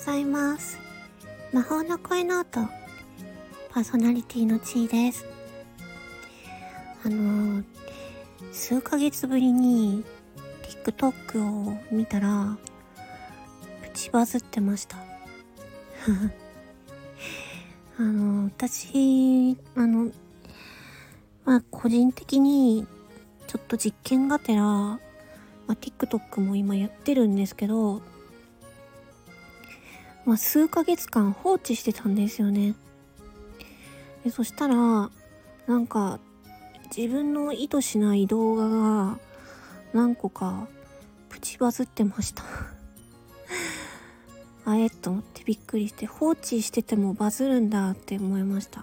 ざいます。魔法の声ノートパーソナリティのちーです。数ヶ月ぶりに TikTok を見たらプチバズってました私個人的にちょっと実験がてら、TikTok も今やってるんですけど、数ヶ月間放置してたんですよね。でそしたらなんか自分の意図しない動画が何個かプチバズってましたと思ってびっくりして、放置しててもバズるんだって思いました。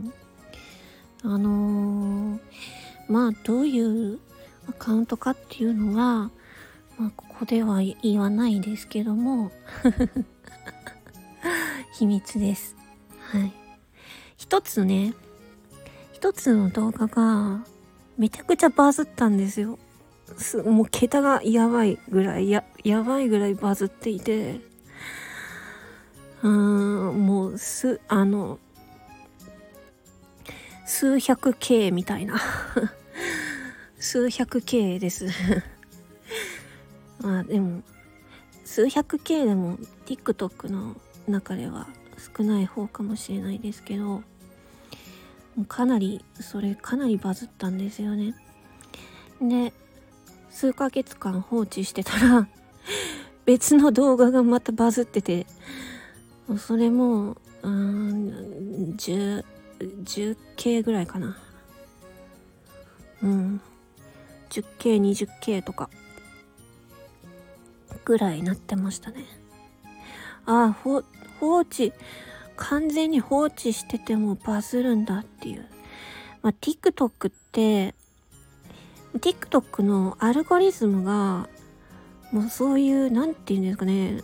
どういうアカウントかっていうのはここでは言わないですけども秘密です。一つの動画がめちゃくちゃバズったんですよ。もう桁がやばいぐらいやばいぐらいバズっていて、もう数百 K みたいな数百 K ですでも数百 K でも TikTok の中では少ない方かもしれないですけど、もうかなりバズったんですよね。で数ヶ月間放置してたら別の動画がまたバズってて、それも10K ぐらいかな。10K、20K とかぐらいになってましたね。完全に放置しててもバズるんだっていう。TikTok って TikTok のアルゴリズムがもうそういうなんていうんですかね、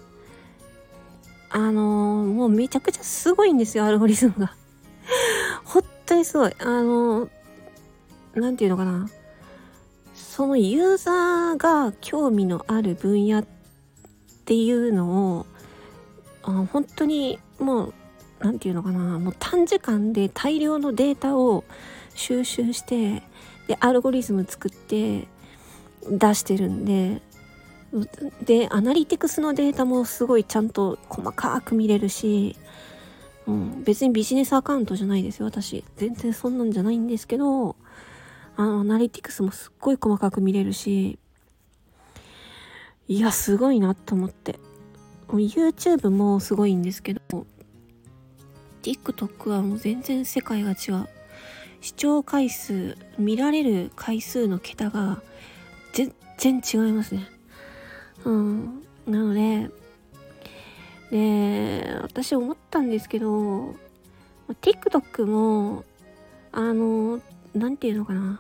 もうめちゃくちゃすごいんですよ、アルゴリズムが本当にすごい。なんていうのかな、そのユーザーが興味のある分野っていうのを本当にもうなんていうのかな、もう短時間で大量のデータを収集して、でアルゴリズム作って出してるんで、アナリティクスのデータもすごいちゃんと細かく見れるし、別にビジネスアカウントじゃないですよ、私全然そんなんじゃないんですけど、アナリティクスもすっごい細かく見れるし、いやすごいなと思って。YouTube もすごいんですけど TikTok はもう全然世界が違う。視聴回数、見られる回数の桁が全然違いますね。なので私思ったんですけど TikTok もなんていうのかな、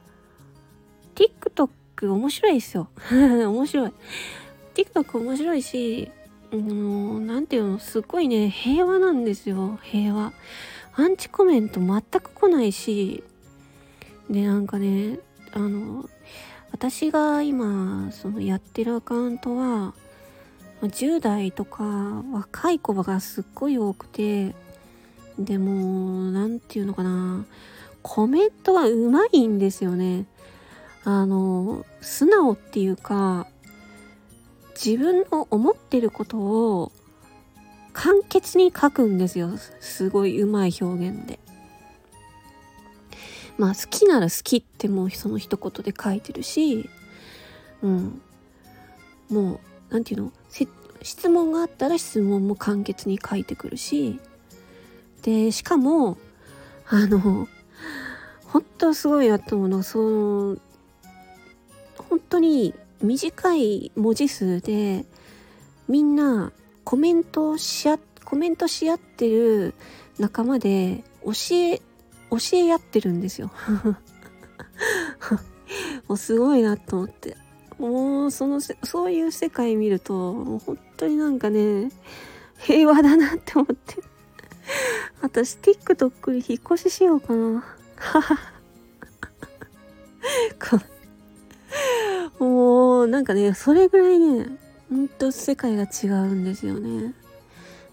TikTok 面白いですよ面白い。 TikTok 面白いし、なんていうの、すっごいね、平和なんですよ。平和。アンチコメント全く来ないし、でなんかね、私が今そのやってるアカウントは10代とか若い子がすっごい多くて、でもなんていうのかな、コメントはうまいんですよね。素直っていうか、自分の思ってることを簡潔に書くんですよ。すごい上手い表現で。好きなら好きってもうその一言で書いてるし、もうなんていうの、質問があったら質問も簡潔に書いてくるし、でしかも本当すごいなと思うのは、本当に短い文字数でみんなコメントし合ってる仲間で教え合ってるんですよもうすごいなと思って、もうそういう世界見るともう本当になんかね、平和だなって思って私 TikTok に引っ越ししようかなもうなんかね、それぐらいね、ほんと世界が違うんですよね。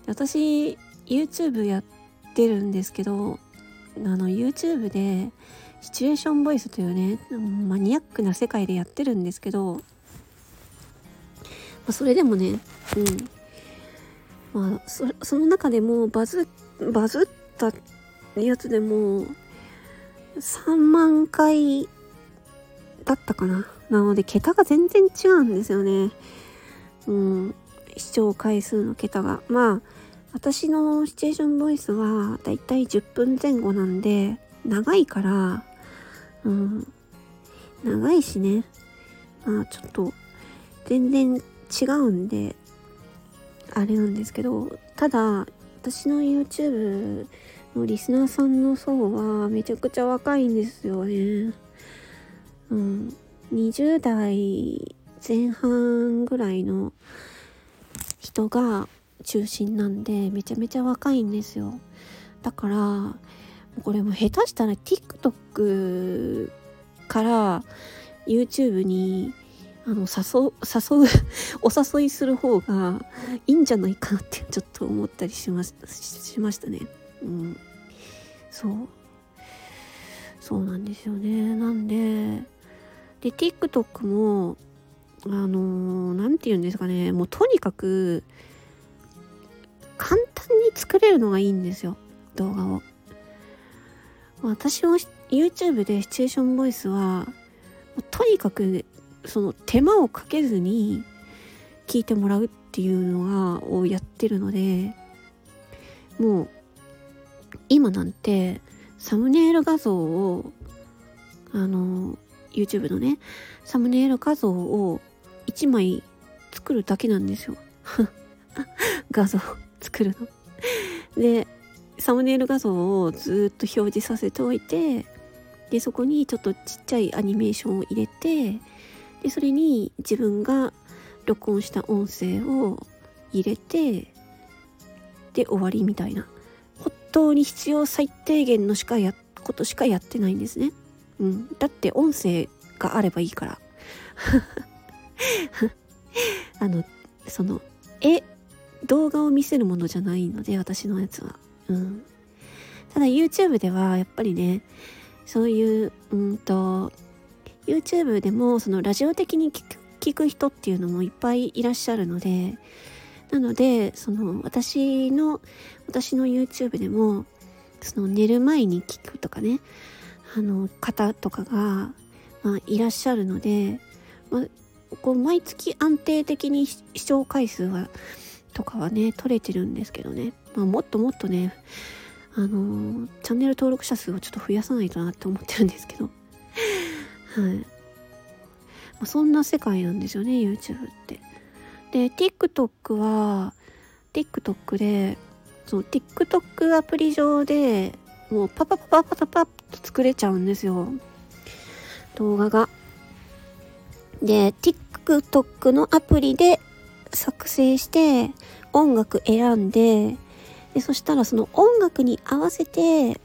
私 YouTube やってるんですけど、YouTube でシチュエーションボイスというねマニアックな世界でやってるんですけど、それでもね、その中でもバズったやつでも3万回だったかな。なので桁が全然違うんですよね。視聴回数の桁が。私のシチュエーションボイスはだいたい10分前後なんで長いから、長いしね、ちょっと全然違うんであれなんですけど、ただ私の YouTube のリスナーさんの層はめちゃくちゃ若いんですよね。20代前半ぐらいの人が中心なんでめちゃめちゃ若いんですよ。だからこれも下手したら TikTok から YouTube にお誘いする方がいいんじゃないかなってちょっと思ったりしましたね。そうなんですよね。なんで TikTok もなんて言うんですかね、もうとにかく簡単に作れるのがいいんですよ、動画を。私も YouTube でシチュエーションボイスはとにかくその手間をかけずに聞いてもらうっていうのをやってるので、もう今なんてサムネイル画像をYouTube のねサムネイル画像を1枚作るだけなんですよ画像作るので、サムネイル画像をずっと表示させておいて、でそこにちょっとちっちゃいアニメーションを入れて、でそれに自分が録音した音声を入れて、で終わりみたいな、本当に必要最低限のことしかやってないんですね。だって音声があればいいからその動画を見せるものじゃないので、私のやつは。ただ YouTube ではやっぱりね、そういうYouTube でもそのラジオ的に聞く人っていうのもいっぱいいらっしゃるので、なのでその私の YouTube でもその寝る前に聞くとかね、方とかが、いらっしゃるので、こう毎月安定的に視聴回数とかはね取れてるんですけどね、もっともっとねチャンネル登録者数をちょっと増やさないとなって思ってるんですけどそんな世界なんですよね YouTube って。で TikTok は TikTok でその TikTok アプリ上でもうパッと作れちゃうんですよ、動画が。で TikTok のアプリで作成して音楽選んで、そしたらその音楽に合わせて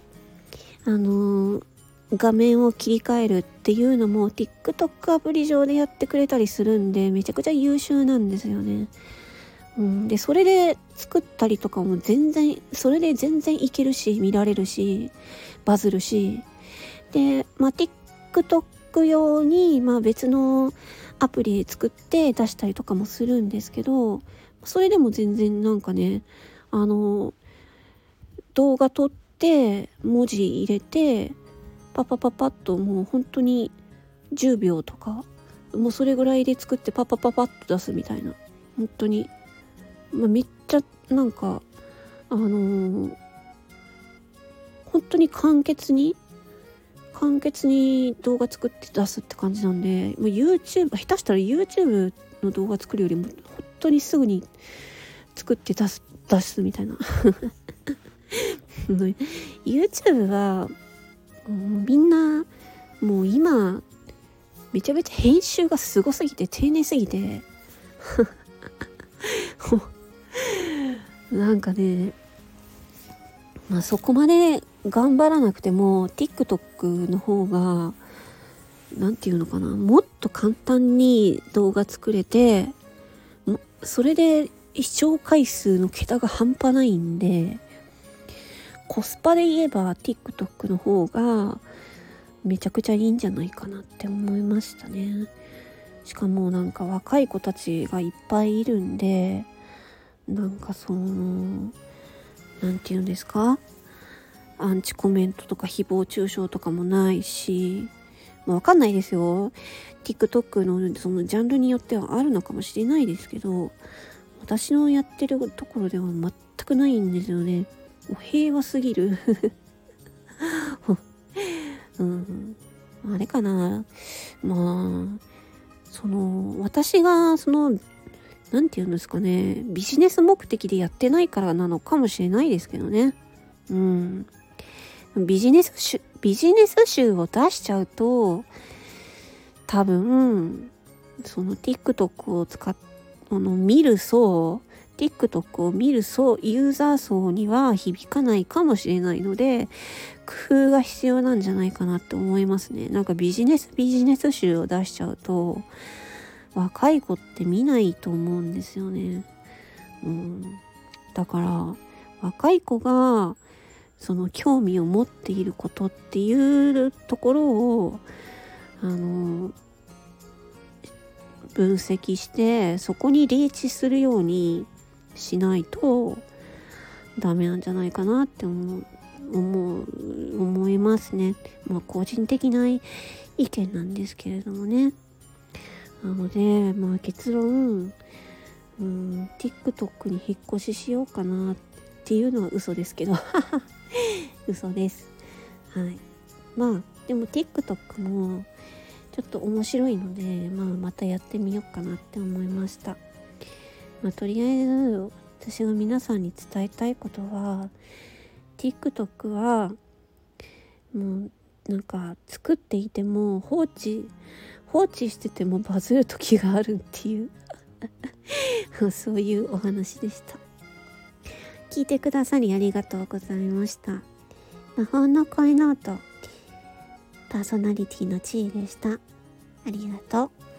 画面を切り替えるっていうのも TikTok アプリ上でやってくれたりするんで、めちゃくちゃ優秀なんですよね。でそれで作ったりとかもそれで全然いけるし、見られるしバズるし、でTikTok 用に別のアプリで作って出したりとかもするんですけど、それでも全然なんかね動画撮って文字入れてパッともう本当に10秒とかもうそれぐらいで作ってパッと出すみたいな、本当にめっちゃなんか本当に簡潔に動画作って出すって感じなんで、もう YouTube 下手したら YouTube の動画作るよりも本当にすぐに作って出すみたいなYouTube はみんなもう今めちゃめちゃ編集がすごすぎて丁寧すぎてなんかね、そこまで頑張らなくても TikTok の方がなんていうのかな、もっと簡単に動画作れて、それで視聴回数の桁が半端ないんで、コスパで言えば TikTok の方がめちゃくちゃいいんじゃないかなって思いましたね。しかもなんか若い子たちがいっぱいいるんで、なんかなんていうんですか、アンチコメントとか誹謗中傷とかもないし、わかんないですよ。TikTok のそのジャンルによってはあるのかもしれないですけど、私のやってるところでは全くないんですよね。もう平和すぎる。うん、あれかな。まあ、私がなんて言うんですかね、ビジネス目的でやってないからなのかもしれないですけどね。うん。ビジネス集を出しちゃうと、多分、TikTok を見るTikTok を見るユーザー層には響かないかもしれないので、工夫が必要なんじゃないかなって思いますね。なんかビジネス集を出しちゃうと、若い子って見ないと思うんですよね。だから、若い子が、興味を持っていることっていうところを、分析して、そこにリーチするようにしないとダメなんじゃないかなって思いますね。まあ個人的な意見なんですけれどもね。なので、まあ結論、TikTok に引っ越ししようかなっていうのは嘘ですけど。嘘です。はい。まあ、でも TikTok もちょっと面白いので、またやってみようかなって思いました。とりあえず、私が皆さんに伝えたいことは、TikTok は、もう、なんか、作っていても放置しててもバズる時があるっていう、そういうお話でした。聞いてくださりありがとうございました。魔法の恋ノート、パーソナリティのちいでした。ありがとう。